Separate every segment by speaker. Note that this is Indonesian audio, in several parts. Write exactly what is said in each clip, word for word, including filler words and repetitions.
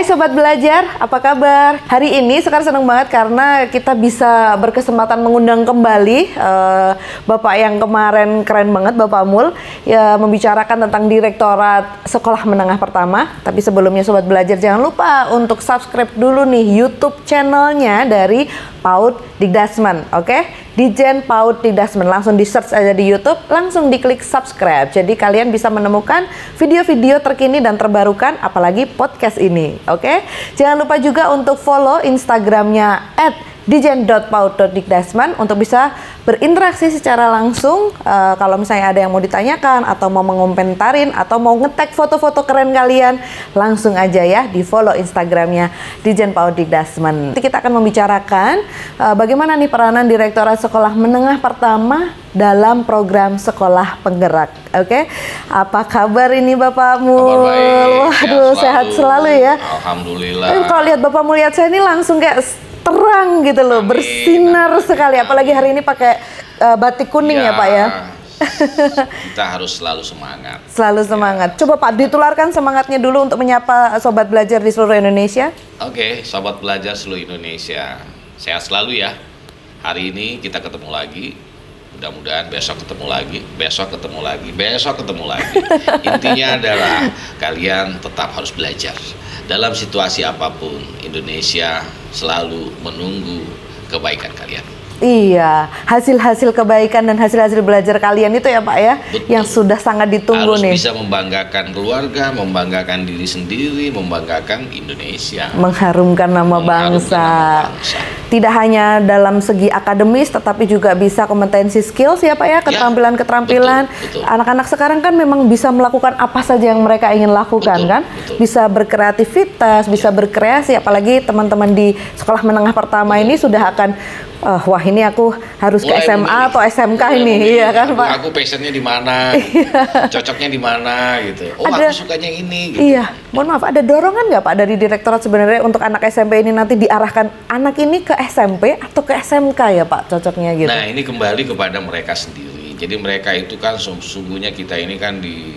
Speaker 1: Hai Sobat Belajar, apa kabar? Hari ini Sekar senang banget karena kita bisa berkesempatan mengundang kembali uh, Bapak yang kemarin keren banget, Bapak Mul, ya, membicarakan tentang Direktorat Sekolah Menengah Pertama. Tapi sebelumnya Sobat Belajar jangan lupa untuk subscribe dulu nih YouTube channelnya dari PAUD Dikdasmen, oke? Okay? Dijen PAUD Dikdasmen, langsung di search aja di YouTube, langsung diklik subscribe. Jadi kalian bisa menemukan video-video terkini dan terbarukan, apalagi podcast ini, oke? Okay? Jangan lupa juga untuk follow Instagramnya at dijen dot paud dot dikdasmen untuk bisa berinteraksi secara langsung. Uh, kalau misalnya ada yang mau ditanyakan atau mau mengomentarin atau mau nge-tag foto-foto keren kalian, langsung aja ya di follow Instagramnya Dijen PAUD Dikdasmen. Nanti kita akan membicarakan uh, bagaimana nih peranan Direktorat Sekolah Menengah Pertama dalam program Sekolah Penggerak. Oke, okay? Apa kabar ini Bapak Mul? Waduh, sehat selalu. selalu ya.
Speaker 2: Alhamdulillah.
Speaker 1: Eh, kalau lihat Bapak Mul lihat saya ini langsung kayak terang gitu loh, amin, bersinar amin, sekali. Apalagi hari ini pakai uh, batik kuning ya, ya Pak ya.
Speaker 2: Kita harus selalu semangat.
Speaker 1: Selalu semangat. Ya. Coba Pak ditularkan semangatnya dulu untuk menyapa Sobat Belajar di seluruh Indonesia.
Speaker 2: Oke, Sobat Belajar seluruh Indonesia, sehat selalu ya. Hari ini kita ketemu lagi. Mudah-mudahan besok ketemu lagi, besok ketemu lagi, besok ketemu lagi. Intinya adalah kalian tetap harus belajar. Dalam situasi apapun, Indonesia selalu menunggu kebaikan kalian.
Speaker 1: Iya, hasil-hasil kebaikan dan hasil-hasil belajar kalian itu ya Pak ya, betul, yang sudah sangat ditunggu
Speaker 2: harus
Speaker 1: nih.
Speaker 2: Harus bisa membanggakan keluarga, membanggakan diri sendiri, membanggakan Indonesia.
Speaker 1: Mengharumkan nama,
Speaker 2: Mengharumkan
Speaker 1: bangsa.
Speaker 2: nama bangsa. Tidak
Speaker 1: hanya dalam segi akademis, tetapi juga bisa kompetensi skills ya Pak ya, keterampilan-keterampilan. Ya, anak-anak sekarang kan memang bisa melakukan apa saja yang mereka ingin lakukan, betul, kan. Betul. Bisa berkreativitas, bisa ya. berkreasi, apalagi teman-teman di Sekolah Menengah Pertama betul. ini sudah akan Uh, wah ini aku harus mulai ke S M A memilih. Atau S M K mulai ini, memilih. Iya kan Pak?
Speaker 2: Aku passionnya di mana, cocoknya di mana gitu. Oh ada, aku sukanya ini. Gitu.
Speaker 1: Iya, mohon maaf, ada dorongan nggak Pak dari Direktorat sebenarnya untuk anak S M P ini nanti diarahkan anak ini ke S M P atau ke S M K ya Pak, cocoknya gitu?
Speaker 2: Nah ini kembali kepada mereka sendiri. Jadi mereka itu kan sesungguhnya kita ini kan di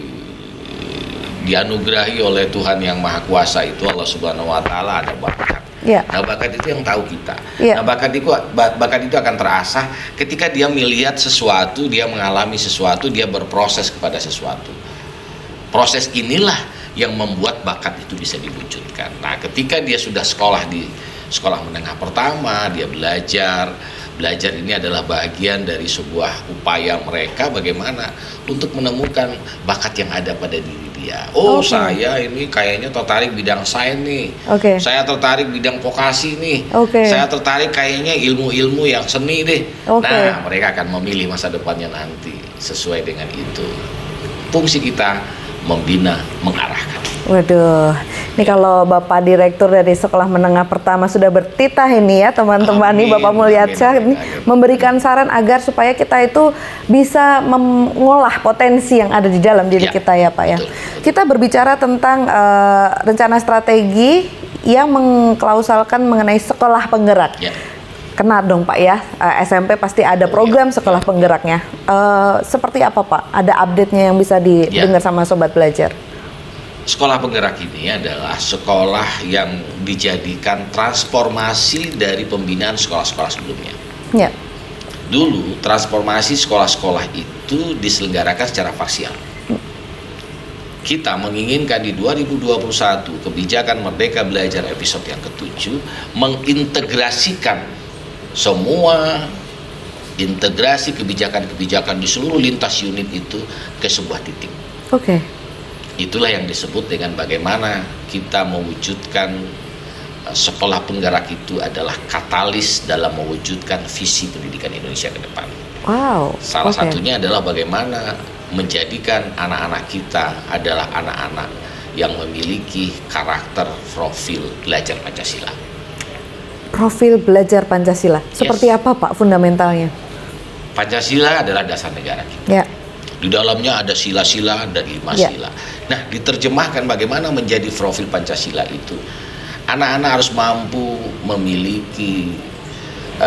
Speaker 2: dianugerahi oleh Tuhan yang Maha Kuasa itu, Allah Subhanahu Wa Taala, ada bakat. Ya. Nah bakat itu yang tahu kita. Ya. Nah bakat itu bakat itu akan terasah ketika dia melihat sesuatu, dia mengalami sesuatu, dia berproses kepada sesuatu. Proses inilah yang membuat bakat itu bisa diwujudkan. Nah ketika dia sudah sekolah di Sekolah Menengah Pertama, dia belajar. Belajar ini adalah bagian dari sebuah upaya mereka bagaimana untuk menemukan bakat yang ada pada diri dia. Oh, okay. Saya ini kayaknya tertarik bidang sains nih. Okay. Saya tertarik bidang vokasi nih. Okay. Saya tertarik kayaknya ilmu-ilmu yang seni deh. Okay. Nah, mereka akan memilih masa depannya nanti sesuai dengan itu. Fungsi kita membina, mengarahkan. Waduh,
Speaker 1: ini kalau Bapak Direktur dari Sekolah Menengah Pertama sudah bertitah ini ya teman-teman, nih Bapak Mulyatsyah ini memberikan saran agar supaya kita itu bisa mengolah potensi yang ada di dalam diri ya, kita ya Pak ya. Betul, betul. Kita berbicara tentang uh, rencana strategi yang mengklausalkan mengenai sekolah penggerak. Ya. Kena dong Pak ya, uh, S M P pasti ada program sekolah penggeraknya. Uh, seperti apa Pak? Ada update-nya yang bisa didengar ya. sama Sobat Belajar?
Speaker 2: Sekolah penggerak ini adalah sekolah yang dijadikan transformasi dari pembinaan sekolah-sekolah sebelumnya. Ya. Dulu transformasi sekolah-sekolah itu diselenggarakan secara parsial. Kita menginginkan di dua ribu dua puluh satu kebijakan Merdeka Belajar episode yang ketujuh mengintegrasikan semua integrasi kebijakan-kebijakan di seluruh lintas unit itu ke sebuah titik. Oke. Okay. Itulah yang disebut dengan bagaimana kita mewujudkan uh, sekolah penggerak itu adalah katalis dalam mewujudkan visi pendidikan Indonesia ke depan. Wow. Salah okay. satunya adalah bagaimana menjadikan anak-anak kita adalah anak-anak yang memiliki karakter profil belajar Pancasila. Profil belajar Pancasila. Seperti yes. apa Pak fundamentalnya? Pancasila adalah dasar negara kita. Ya. Di dalamnya ada sila-sila dan lima ya. sila. Nah, diterjemahkan bagaimana menjadi profil Pancasila itu. Anak-anak harus mampu memiliki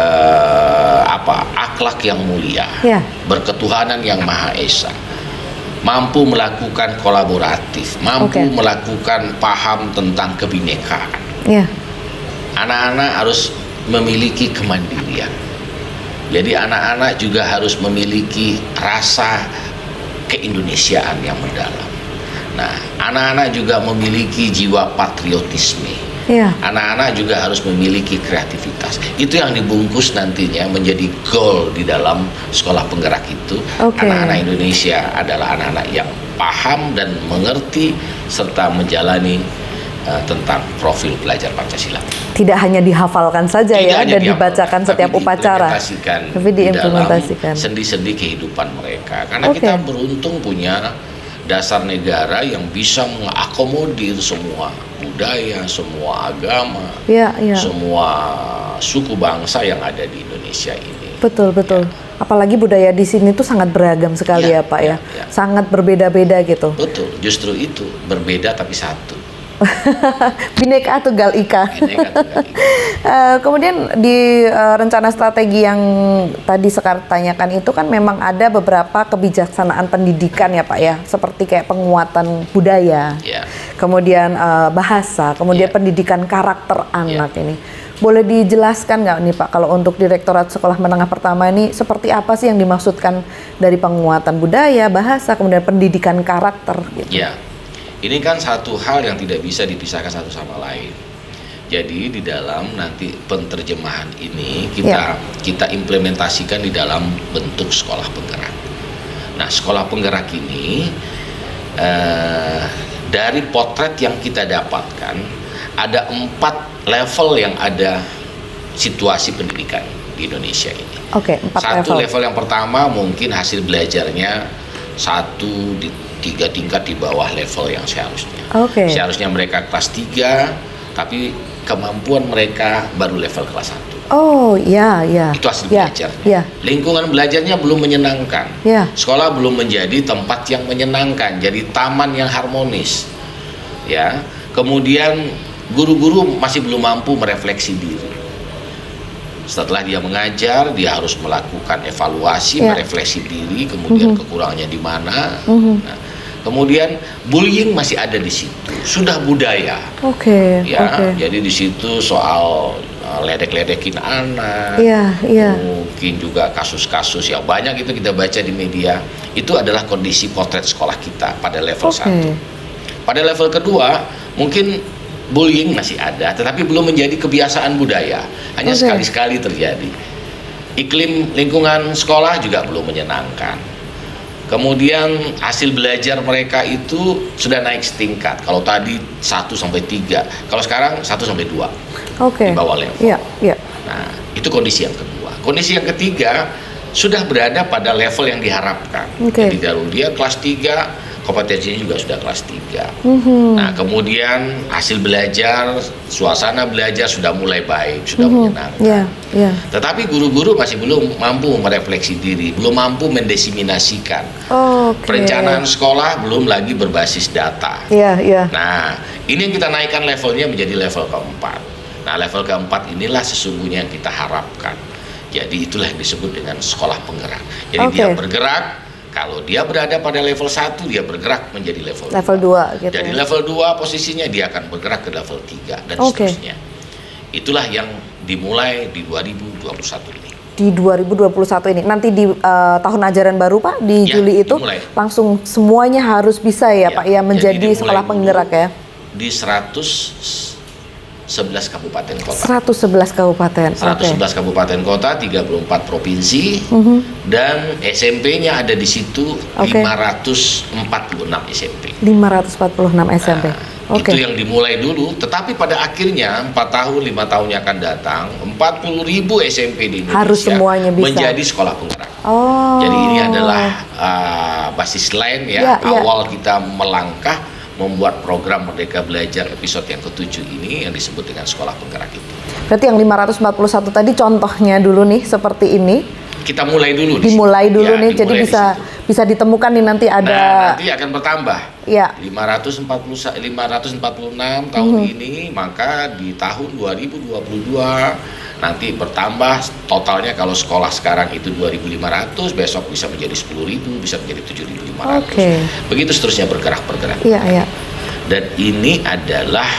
Speaker 2: uh, apa akhlak yang mulia, ya. berketuhanan yang Maha Esa, mampu melakukan kolaboratif, mampu
Speaker 1: okay.
Speaker 2: melakukan paham tentang kebinekaan.
Speaker 1: Yeah.
Speaker 2: Anak-anak harus memiliki kemandirian. Jadi anak-anak juga harus memiliki rasa keindonesiaan yang mendalam. Nah, anak-anak juga memiliki jiwa patriotisme.
Speaker 1: Yeah.
Speaker 2: Anak-anak juga harus memiliki kreativitas. Itu yang dibungkus nantinya menjadi goal di dalam sekolah penggerak itu.
Speaker 1: Okay.
Speaker 2: Anak-anak Indonesia adalah anak-anak yang paham dan mengerti serta menjalani uh, tentang profil belajar Pancasila. Tidak
Speaker 1: hanya dihafalkan saja
Speaker 2: Tidak
Speaker 1: ya dan
Speaker 2: dihafalkan,
Speaker 1: dibacakan setiap upacara,
Speaker 2: tapi
Speaker 1: diimplementasikan
Speaker 2: di sendi-sendi kehidupan mereka. Karena
Speaker 1: okay.
Speaker 2: kita beruntung punya dasar negara yang bisa mengakomodir semua budaya, semua agama,
Speaker 1: ya, ya.
Speaker 2: semua suku bangsa yang ada di Indonesia ini.
Speaker 1: Betul, betul. Ya. Apalagi budaya di sini tuh sangat beragam sekali ya, ya Pak ya, ya. ya. Sangat berbeda-beda gitu.
Speaker 2: Betul, justru itu berbeda tapi satu.
Speaker 1: Bhinneka Tunggal Ika. Bhinneka Tunggal Ika. uh, kemudian di uh, rencana strategi yang tadi Sekar tanyakan itu kan memang ada beberapa kebijaksanaan pendidikan ya Pak ya, seperti kayak penguatan budaya, yeah. kemudian uh, bahasa, kemudian yeah. pendidikan karakter anak yeah. ini. Boleh dijelaskan nggak nih Pak, kalau untuk Direktorat Sekolah Menengah Pertama ini seperti apa sih yang dimaksudkan dari penguatan budaya, bahasa, kemudian pendidikan karakter gitu?
Speaker 2: Yeah. Ini kan satu hal yang tidak bisa dipisahkan satu sama lain. Jadi di dalam nanti penterjemahan ini kita yeah. kita implementasikan di dalam bentuk sekolah penggerak. Nah, sekolah penggerak ini eh, dari potret yang kita dapatkan ada empat level yang ada situasi pendidikan di Indonesia ini.
Speaker 1: Oke, okay, empat
Speaker 2: Satu
Speaker 1: level.
Speaker 2: level yang pertama mungkin hasil belajarnya satu di tiga tingkat di bawah level yang seharusnya.
Speaker 1: Okay.
Speaker 2: Seharusnya mereka kelas tiga, tapi kemampuan mereka baru level kelas satu.
Speaker 1: Oh, ya, ya.
Speaker 2: Itu hasil
Speaker 1: ya,
Speaker 2: belajar.
Speaker 1: Ya.
Speaker 2: Lingkungan belajarnya belum menyenangkan.
Speaker 1: Ya.
Speaker 2: Sekolah belum menjadi tempat yang menyenangkan, jadi taman yang harmonis. Ya. Kemudian guru-guru masih belum mampu merefleksi diri. Setelah dia mengajar, dia harus melakukan evaluasi, yeah. merefleksi diri, kemudian mm-hmm. kekurangannya di mana. Mm-hmm. Nah, kemudian bullying masih ada di situ, sudah budaya.
Speaker 1: Oke. Okay,
Speaker 2: ya,
Speaker 1: okay.
Speaker 2: jadi di situ soal uh, ledek-ledekin anak,
Speaker 1: yeah, yeah.
Speaker 2: mungkin juga kasus-kasus yang banyak itu kita baca di media. Itu adalah kondisi potret sekolah kita pada level
Speaker 1: okay.
Speaker 2: satu. Pada level kedua, mungkin bullying masih ada, tetapi belum menjadi kebiasaan budaya. Hanya okay. sekali-sekali terjadi. Iklim lingkungan sekolah juga belum menyenangkan. Kemudian hasil belajar mereka itu sudah naik setingkat. Kalau tadi satu sampai tiga, kalau sekarang satu sampai dua.
Speaker 1: Oke.
Speaker 2: Okay. Di bawah level.
Speaker 1: Yeah, yeah.
Speaker 2: Nah, itu kondisi yang kedua. Kondisi yang ketiga sudah berada pada level yang diharapkan.
Speaker 1: Okay.
Speaker 2: Jadi kalau dia kelas tiga, kompetensinya juga sudah kelas tiga.
Speaker 1: Mm-hmm.
Speaker 2: Nah, kemudian hasil belajar, suasana belajar sudah mulai baik, sudah
Speaker 1: mm-hmm.
Speaker 2: menyenangkan.
Speaker 1: Yeah, yeah.
Speaker 2: Tetapi guru-guru masih belum mampu merefleksi diri, belum mampu mendesiminasikan.
Speaker 1: Oh, okay.
Speaker 2: Perencanaan sekolah belum lagi berbasis data.
Speaker 1: Yeah, yeah.
Speaker 2: Nah, ini yang kita naikkan levelnya menjadi level keempat. Nah, level keempat inilah sesungguhnya yang kita harapkan. Jadi itulah yang disebut dengan sekolah penggerak. Jadi okay. dia bergerak. Kalau dia berada pada level satu, dia bergerak menjadi level
Speaker 1: level dua. Gitu
Speaker 2: Jadi
Speaker 1: ya?
Speaker 2: level dua posisinya dia akan bergerak ke level tiga dan
Speaker 1: okay.
Speaker 2: seterusnya. Itulah yang dimulai di dua ribu dua puluh satu ini.
Speaker 1: Di dua ribu dua puluh satu ini. Nanti di uh, tahun ajaran baru Pak, di ya, Juli itu dimulai. Langsung semuanya harus bisa ya, ya Pak ya menjadi sekolah penggerak ya.
Speaker 2: Di seratus sebelas kabupaten kota.
Speaker 1: seratus sebelas kabupaten.
Speaker 2: seratus sebelas okay. kabupaten kota, tiga puluh empat provinsi, uh-huh. dan S M P-nya ada di situ okay. lima ratus empat puluh enam S M P.
Speaker 1: lima ratus empat puluh enam S M P.
Speaker 2: Nah,
Speaker 1: okay.
Speaker 2: Itu yang dimulai dulu, tetapi pada akhirnya empat tahun, lima tahun yang akan datang, empat puluh ribu S M P di Indonesia
Speaker 1: harus semuanya bisa
Speaker 2: menjadi sekolah penggerak.
Speaker 1: Oh.
Speaker 2: Jadi ini adalah uh, basis lain ya,
Speaker 1: ya
Speaker 2: awal
Speaker 1: ya.
Speaker 2: kita melangkah membuat program Merdeka Belajar episode yang ketujuh ini yang disebut dengan sekolah penggerak itu.
Speaker 1: Berarti yang lima ratus empat puluh satu tadi contohnya dulu nih seperti ini.
Speaker 2: Kita mulai dulu.
Speaker 1: Dimulai dulu
Speaker 2: ya,
Speaker 1: nih, jadi bisa bisa ditemukan nih nanti ada.
Speaker 2: Nah, nanti akan bertambah.
Speaker 1: Ya.
Speaker 2: lima ratus empat puluh enam tahun mm-hmm. ini, maka di tahun dua ribu dua puluh dua nanti bertambah totalnya. Kalau sekolah sekarang itu dua ribu lima ratus, besok bisa menjadi sepuluh ribu, bisa menjadi tujuh ribu lima ratus.
Speaker 1: Okay.
Speaker 2: Begitu seterusnya bergerak-bergerak.
Speaker 1: Iya, iya.
Speaker 2: Dan ini adalah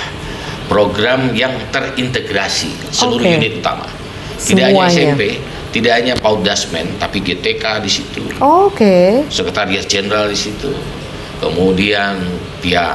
Speaker 2: program yang terintegrasi seluruh
Speaker 1: okay.
Speaker 2: unit utama. Tidak
Speaker 1: Semuanya.
Speaker 2: hanya S M P, tidak hanya Paud Dasmen, tapi G T K di situ.
Speaker 1: Oh, Oke. Okay.
Speaker 2: Sekretariat Jenderal di situ. Kemudian pihak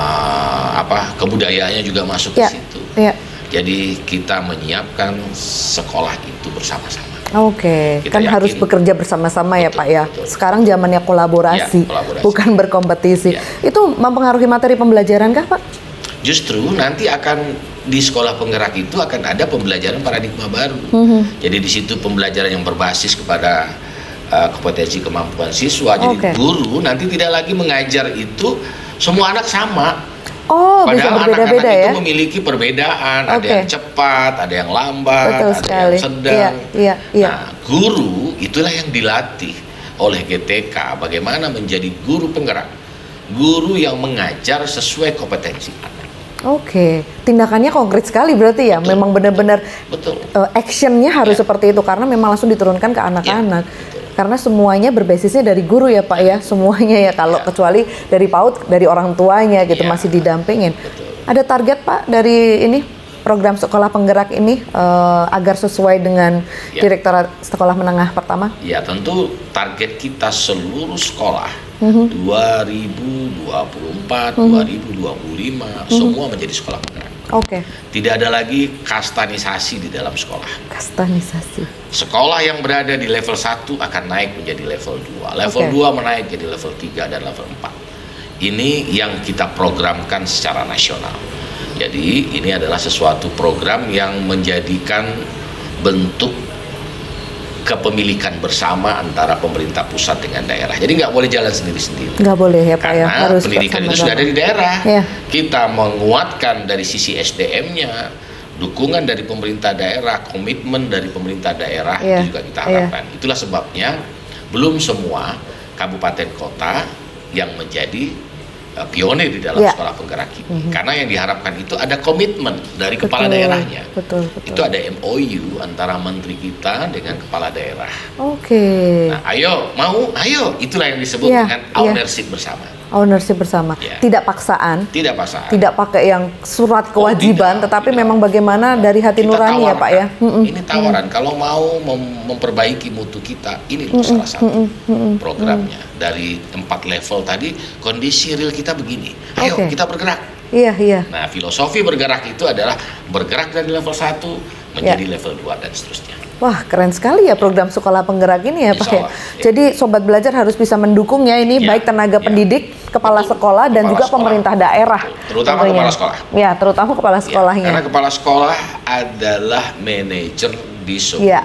Speaker 2: uh, apa kebudayaannya juga masuk
Speaker 1: ya,
Speaker 2: ke situ.
Speaker 1: Ya.
Speaker 2: Jadi kita menyiapkan sekolah itu bersama-sama.
Speaker 1: Oke, okay. Kan yakin, harus bekerja bersama-sama ya Pak ya. Betul. Sekarang zamannya kolaborasi, ya, kolaborasi, bukan berkompetisi. Ya. Itu mempengaruhi materi pembelajaran kah Pak?
Speaker 2: Justru nanti akan di sekolah penggerak itu akan ada pembelajaran paradigma baru.
Speaker 1: Mm-hmm.
Speaker 2: Jadi di situ pembelajaran yang berbasis kepada uh, kompetensi kemampuan siswa. Jadi okay. guru nanti tidak lagi mengajar itu semua anak sama.
Speaker 1: Oh,
Speaker 2: padahal
Speaker 1: bisa berbeda-beda ya?
Speaker 2: Itu memiliki perbedaan, okay. ada yang cepat, ada yang lambat,
Speaker 1: betul
Speaker 2: ada
Speaker 1: sekali.
Speaker 2: yang sedang.
Speaker 1: Iya, iya, iya.
Speaker 2: Nah, guru itulah yang dilatih oleh G T K bagaimana menjadi guru penggerak, guru yang mengajar sesuai kompetensi anak.
Speaker 1: Oke, tindakannya konkret sekali berarti ya, betul, memang benar-benar uh, actionnya harus ya. Seperti itu karena memang langsung diturunkan ke anak-anak. Ya, karena semuanya berbasisnya dari guru ya Pak ya, semuanya ya kalau ya. Kecuali dari PAUD dari orang tuanya gitu ya. Masih didampingin. Betul. Ada target Pak dari ini program sekolah penggerak ini uh, agar sesuai dengan ya. Direktorat Sekolah Menengah Pertama?
Speaker 2: Ya tentu target kita seluruh sekolah
Speaker 1: mm-hmm.
Speaker 2: dua ribu dua puluh empat,
Speaker 1: mm-hmm.
Speaker 2: dua ribu dua puluh lima mm-hmm. semua menjadi sekolah penggerak.
Speaker 1: Oke. Okay.
Speaker 2: Tidak ada lagi kastanisasi di dalam sekolah.
Speaker 1: Kastanisasi.
Speaker 2: Sekolah yang berada di level satu akan naik menjadi level dua. Level okay. dua menaik jadi level tiga dan level empat. Ini yang kita programkan secara nasional. Jadi ini adalah sesuatu program yang menjadikan bentuk kepemilikan bersama antara pemerintah pusat dengan daerah. Jadi nggak boleh jalan sendiri-sendiri.
Speaker 1: Nggak boleh ya Pak ya.
Speaker 2: Karena pendidikan itu sudah ada di daerah.
Speaker 1: Ya.
Speaker 2: Kita menguatkan dari sisi S D M-nya, dukungan dari pemerintah daerah, komitmen dari pemerintah daerah ya. Itu juga kita harapkan. Ya. Itulah sebabnya belum semua kabupaten kota yang menjadi uh, pionir di dalam ya. Sekolah penggerak ini. Mm-hmm. Karena yang diharapkan itu ada komitmen dari betul, kepala daerahnya.
Speaker 1: Betul, betul.
Speaker 2: Itu ada M O U antara menteri kita dengan kepala daerah.
Speaker 1: Oke. Okay.
Speaker 2: Nah, ayo mau, ayo itulah yang disebut ya, dengan ownership ya. Bersama.
Speaker 1: Ownership bersama, ya. Tidak paksaan,
Speaker 2: tidak paksaan,
Speaker 1: tidak pakai yang surat kewajiban, oh, tidak, tetapi tidak. Memang bagaimana dari hati
Speaker 2: kita
Speaker 1: nurani tawarkan. Ya Pak ya.
Speaker 2: Ini tawaran, mm. kalau mau mem- memperbaiki mutu kita, ini loh salah satu mm-mm. programnya. Mm. Dari empat level tadi, kondisi real kita begini, ayo okay. kita bergerak.
Speaker 1: Iya iya.
Speaker 2: Nah filosofi bergerak itu adalah bergerak dari level satu menjadi ya. Level dua dan seterusnya.
Speaker 1: Wah keren sekali ya program sekolah penggerak ini ya Pak ya. Ya. Jadi sobat belajar harus bisa mendukung ya ini ya, baik tenaga ya. Pendidik, kepala Betul. Sekolah dan kepala juga sekolah. Pemerintah daerah.
Speaker 2: Betul. Terutama tentunya. Kepala sekolah.
Speaker 1: Ya terutama kepala sekolahnya.
Speaker 2: Ya, karena kepala sekolah adalah manajer di sebuah ya.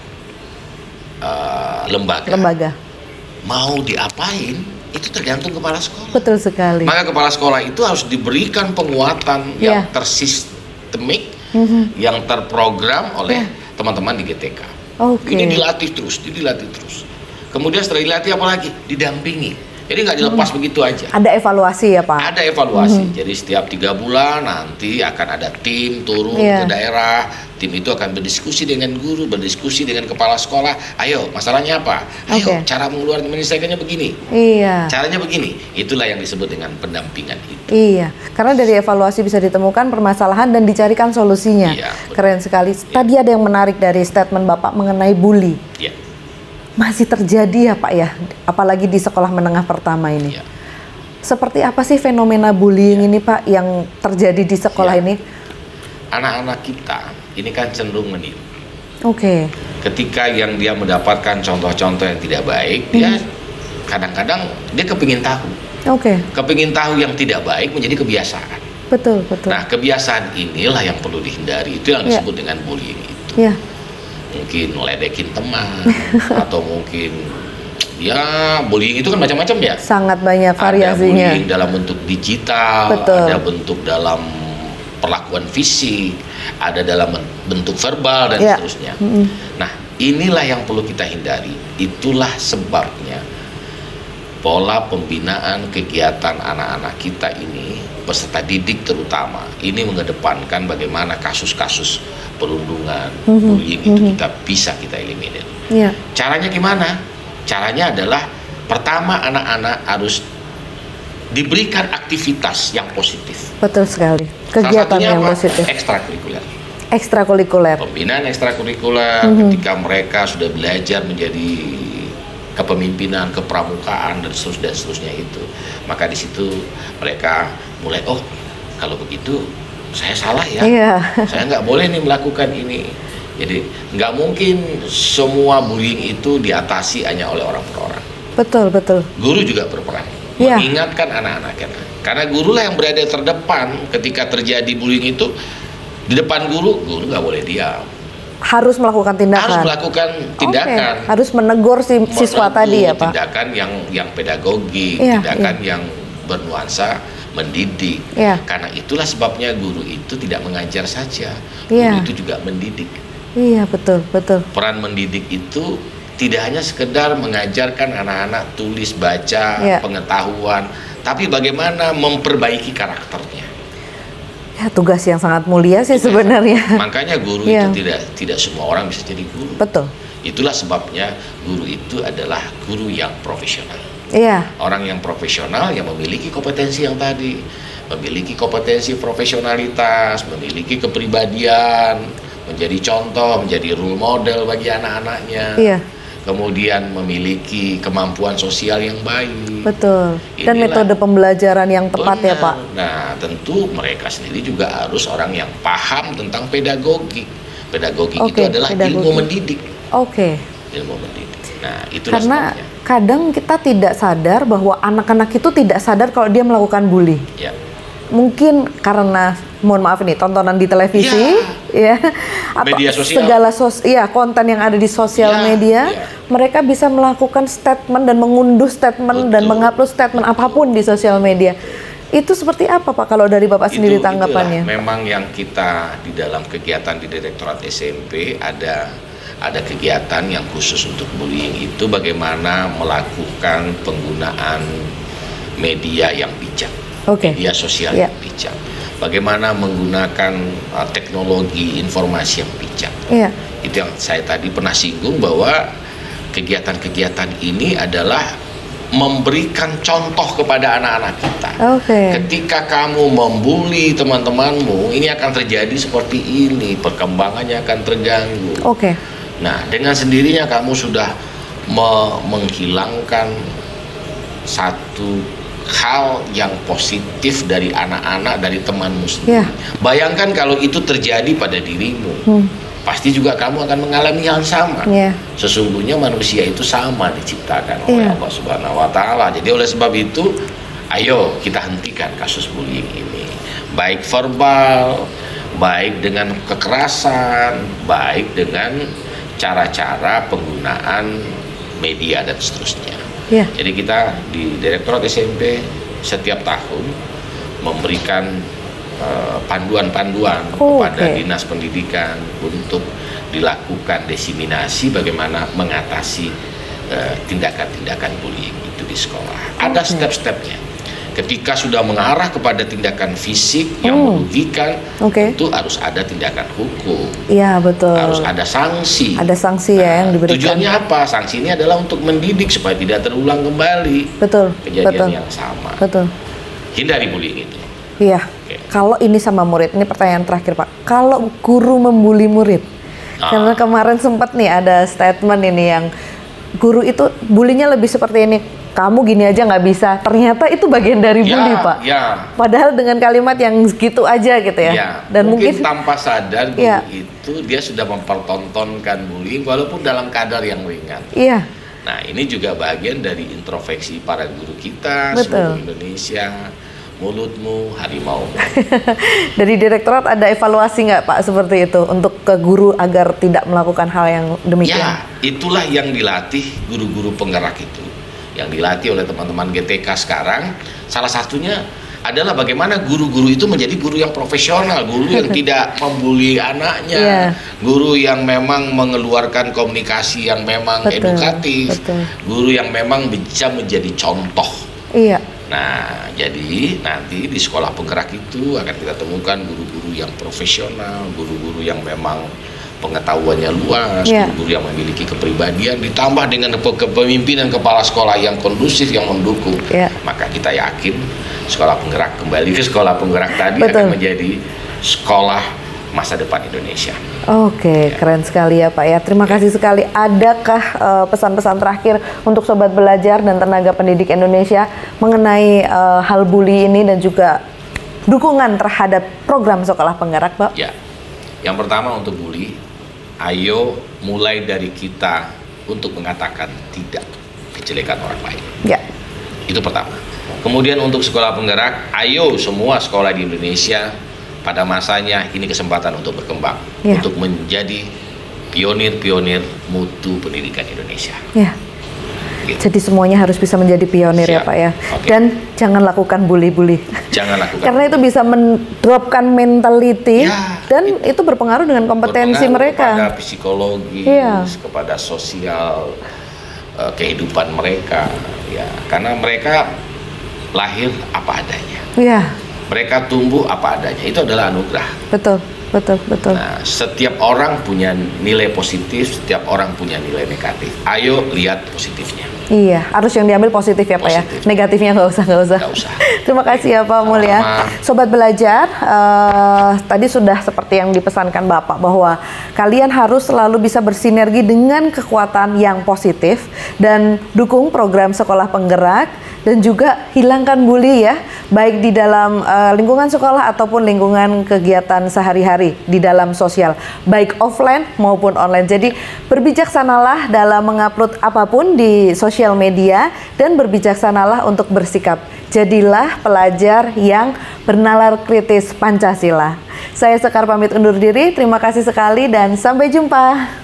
Speaker 2: uh, lembaga.
Speaker 1: Lembaga.
Speaker 2: Mau diapain itu tergantung kepala sekolah.
Speaker 1: Betul sekali.
Speaker 2: Maka kepala sekolah itu harus diberikan penguatan
Speaker 1: ya.
Speaker 2: Yang tersistemik,
Speaker 1: mm-hmm.
Speaker 2: yang terprogram oleh
Speaker 1: ya.
Speaker 2: Teman-teman di G T K.
Speaker 1: Okay.
Speaker 2: Ini dilatih terus, dilatih terus. Kemudian setelah dilatih apa lagi? Didampingi. Jadi nggak dilepas hmm. begitu aja.
Speaker 1: Ada evaluasi ya Pak?
Speaker 2: Ada evaluasi.
Speaker 1: Hmm.
Speaker 2: Jadi setiap tiga bulan nanti akan ada tim turun yeah. ke daerah. Tim itu akan berdiskusi dengan guru, berdiskusi dengan kepala sekolah. Ayo, masalahnya apa? Ayo, okay. cara mengeluarkan menyelesaikannya begini.
Speaker 1: Iya.
Speaker 2: Caranya begini. Itulah yang disebut dengan pendampingan itu.
Speaker 1: Iya. Karena dari evaluasi bisa ditemukan permasalahan dan dicarikan solusinya. Iya, keren sekali. Iya. Tadi ada yang menarik dari statement Bapak mengenai bully.
Speaker 2: Iya.
Speaker 1: Masih terjadi ya Pak ya, apalagi di sekolah menengah pertama ini. Ya. Seperti apa sih fenomena bullying ya. Ini Pak yang terjadi di sekolah ya. Ini?
Speaker 2: Anak-anak kita ini kan cenderung meniru.
Speaker 1: Oke. Okay.
Speaker 2: Ketika yang dia mendapatkan contoh-contoh yang tidak baik, hmm. dia kadang-kadang dia kepingin tahu.
Speaker 1: Oke. Okay.
Speaker 2: Kepingin tahu yang tidak baik menjadi kebiasaan.
Speaker 1: Betul, betul.
Speaker 2: Nah kebiasaan inilah yang perlu dihindari. Itu yang disebut ya. Dengan bullying itu.
Speaker 1: Ya.
Speaker 2: Mungkin meledekin teman atau mungkin ya bullying itu kan macam-macam ya.
Speaker 1: Sangat banyak variasinya.
Speaker 2: Ada bullying dalam bentuk digital, Betul. Ada bentuk dalam perlakuan fisik, ada dalam bentuk verbal dan ya. Seterusnya. Mm-hmm. Nah inilah yang perlu kita hindari. Itulah sebabnya pola pembinaan kegiatan anak-anak kita ini peserta didik terutama ini mengedepankan bagaimana kasus-kasus perundungan,
Speaker 1: mm-hmm.
Speaker 2: bullying itu
Speaker 1: mm-hmm.
Speaker 2: kita bisa kita eliminir.
Speaker 1: Yeah.
Speaker 2: Caranya gimana? Caranya adalah pertama anak-anak harus diberikan aktivitas yang positif.
Speaker 1: Betul sekali. Kegiatan yang
Speaker 2: apa?
Speaker 1: positif.
Speaker 2: Ekstrakurikuler.
Speaker 1: Ekstrakurikuler.
Speaker 2: Pembinaan ekstrakurikuler mm-hmm. ketika mereka sudah belajar menjadi kepemimpinan, kepramukaan dan seterusnya, dan seterusnya itu, maka di situ mereka mulai oh kalau begitu saya salah ya, yeah. saya nggak boleh nih melakukan ini. Jadi nggak mungkin semua bullying itu diatasi hanya oleh orang per orang.
Speaker 1: Betul betul.
Speaker 2: Guru juga berperan yeah. mengingatkan anak-anaknya, karena guru lah yang berada terdepan ketika terjadi bullying itu. Di depan guru, guru nggak boleh diam.
Speaker 1: Harus melakukan tindakan.
Speaker 2: Harus melakukan tindakan.
Speaker 1: Okay. Harus menegur si
Speaker 2: menegur,
Speaker 1: siswa tadi ya Pak.
Speaker 2: Tindakan yang yang pedagogi,
Speaker 1: yeah,
Speaker 2: tindakan
Speaker 1: yeah.
Speaker 2: yang bernuansa mendidik.
Speaker 1: Yeah.
Speaker 2: Karena itulah sebabnya guru itu tidak mengajar saja,
Speaker 1: yeah.
Speaker 2: guru itu juga mendidik.
Speaker 1: Iya yeah, betul betul.
Speaker 2: Peran mendidik itu tidak hanya sekedar mengajarkan anak-anak tulis baca, yeah. pengetahuan, tapi bagaimana memperbaiki karakternya.
Speaker 1: Ya, tugas yang sangat mulia sih sebenarnya.
Speaker 2: Makanya guru yeah. itu tidak tidak semua orang bisa jadi guru.
Speaker 1: Betul.
Speaker 2: Itulah sebabnya guru itu adalah guru yang profesional.
Speaker 1: Iya.
Speaker 2: Orang yang profesional yang memiliki kompetensi yang tadi, memiliki kompetensi profesionalitas, memiliki kepribadian, menjadi contoh, menjadi role model bagi anak-anaknya.
Speaker 1: Iya.
Speaker 2: Kemudian memiliki kemampuan sosial yang baik.
Speaker 1: Betul. Dan
Speaker 2: Inilah,
Speaker 1: metode pembelajaran yang tepat
Speaker 2: benar.
Speaker 1: ya Pak.
Speaker 2: Nah tentu mereka sendiri juga harus orang yang paham tentang pedagogi. Pedagogi okay, itu adalah pedagogi. Ilmu mendidik.
Speaker 1: Oke. Okay.
Speaker 2: Ilmu mendidik. Nah itulah
Speaker 1: karena
Speaker 2: sebabnya. Kadang
Speaker 1: kita tidak sadar bahwa anak-anak itu tidak sadar kalau dia melakukan bully.
Speaker 2: Ya.
Speaker 1: Mungkin karena mohon maaf ini tontonan di televisi ya, ya atau
Speaker 2: media sosial.
Speaker 1: segala sos ya konten yang ada di sosial ya, media ya. Mereka bisa melakukan statement dan mengunduh statement Betul. Dan mengupload statement Betul. Apapun di sosial media. Itu seperti apa Pak kalau dari Bapak
Speaker 2: itu,
Speaker 1: sendiri tanggapannya?
Speaker 2: Memang yang kita di dalam kegiatan di Direktorat S M P ada ada kegiatan yang khusus untuk bullying itu bagaimana melakukan penggunaan media yang bijak. Okay. Media sosial yeah. yang bijak, bagaimana menggunakan uh, teknologi informasi yang bijak. Yeah. Itu yang saya tadi pernah singgung bahwa kegiatan-kegiatan ini adalah memberikan contoh kepada anak-anak kita. Okay. Ketika kamu membuli teman-temanmu, ini akan terjadi seperti ini, perkembangannya akan terganggu. Okay. Nah, dengan sendirinya kamu sudah me menghilangkan satu hal yang positif dari anak-anak, dari temanmu sendiri. Yeah. Bayangkan kalau itu terjadi pada dirimu, hmm. pasti juga kamu akan mengalami hal sama. Yeah. Sesungguhnya manusia itu sama diciptakan oleh yeah. Allah Subhanahu Wa Taala. Jadi oleh sebab itu, ayo kita hentikan kasus bullying ini, baik verbal, baik dengan kekerasan, baik dengan cara-cara penggunaan media dan seterusnya. Yeah. Jadi kita di Direktorat S M P setiap tahun memberikan panduan-panduan uh, oh, kepada okay. Dinas Pendidikan untuk dilakukan desiminasi bagaimana mengatasi tindakan-tindakan uh, bullying itu di sekolah. Okay. Ada step-stepnya. Ketika sudah mengarah kepada tindakan fisik yang hmm. merugikan, okay. itu harus ada tindakan hukum. Iya betul. Harus ada sanksi. Ada sanksi nah, ya yang diberikan. Tujuannya apa? Sanksi ini adalah untuk mendidik supaya tidak terulang kembali. Betul. Kejadian betul. Yang sama. Betul. Hindari bullying itu. Iya. Okay. Kalau ini sama murid, ini pertanyaan terakhir Pak. Kalau guru membuli murid, ah. karena kemarin sempat nih ada statement ini yang guru itu bulinya lebih seperti ini. Kamu gini aja nggak bisa, ternyata itu bagian dari bully ya, Pak. Ya. Padahal dengan kalimat yang gitu aja gitu ya. Ya. Dan mungkin, mungkin tanpa sadar guru ya. Itu dia sudah mempertontonkan bullying walaupun dalam kadar yang ringan. Iya. Nah ini juga bagian dari introspeksi para guru kita seluruh Indonesia. Mulutmu harimau. Dari direktorat ada evaluasi nggak Pak seperti itu untuk ke guru agar tidak melakukan hal yang demikian? Ya, itulah yang dilatih guru-guru penggerak itu. Yang dilatih oleh teman-teman G T K sekarang, salah satunya adalah bagaimana guru-guru itu menjadi guru yang profesional, guru yang tidak membuli anaknya, yeah. guru yang memang mengeluarkan komunikasi yang memang betul, edukatif, betul. Guru yang memang bisa menjadi contoh. Iya. Nah, jadi nanti di sekolah penggerak itu akan kita temukan guru-guru yang profesional, guru-guru yang memang pengetahuannya luas,
Speaker 1: yeah.
Speaker 2: guru-guru yang memiliki kepribadian, ditambah dengan kepemimpinan kepala sekolah yang kondusif, yang mendukung. Yeah. Maka kita yakin sekolah penggerak kembali ke sekolah penggerak tadi Betul. akan menjadi sekolah masa depan Indonesia.
Speaker 1: Oke, ya. Keren sekali ya Pak ya. Terima ya. kasih sekali. Adakah pesan-pesan uh, terakhir untuk sobat belajar dan tenaga pendidik Indonesia mengenai uh, hal bully ini dan juga dukungan terhadap program sekolah penggerak, Pak?
Speaker 2: Ya, yang pertama untuk bully, ayo mulai dari kita untuk mengatakan tidak kejelekan orang lain.
Speaker 1: Ya.
Speaker 2: Itu pertama. Kemudian untuk sekolah penggerak, ayo semua sekolah di Indonesia pada masanya ini kesempatan untuk berkembang, ya. untuk menjadi pionir-pionir mutu pendidikan Indonesia.
Speaker 1: Ya. Gitu. Jadi semuanya harus bisa menjadi pionir Siap. ya Pak ya. Okay. Dan jangan lakukan bully-bully.
Speaker 2: Jangan lakukan.
Speaker 1: Karena itu bisa mendropkan mentality ya. dan itu berpengaruh dengan kompetensi
Speaker 2: berpengaruh
Speaker 1: mereka.
Speaker 2: Kepada psikologis, ya. kepada sosial uh, kehidupan mereka, ya. Karena mereka lahir apa adanya.
Speaker 1: Ya.
Speaker 2: Mereka tumbuh apa adanya, itu adalah anugerah.
Speaker 1: Betul, betul, betul.
Speaker 2: Nah, setiap orang punya nilai positif, setiap orang punya nilai negatif. Ayo lihat positifnya.
Speaker 1: Iya, harus yang diambil positif ya Pak positif. ya. Negatifnya nggak usah, nggak usah.
Speaker 2: Nggak usah.
Speaker 1: Terima kasih ya Pak Mul ya. Sobat belajar, uh, tadi sudah seperti yang dipesankan Bapak bahwa kalian harus selalu bisa bersinergi dengan kekuatan yang positif dan dukung program sekolah penggerak. Dan juga hilangkan bully ya, baik di dalam uh, lingkungan sekolah ataupun lingkungan kegiatan sehari-hari di dalam sosial, baik offline maupun online. Jadi berbijaksanalah dalam mengupload apapun di sosial media dan berbijaksanalah untuk bersikap. Jadilah pelajar yang bernalar kritis Pancasila. Saya Sekar pamit undur diri, terima kasih sekali dan sampai jumpa.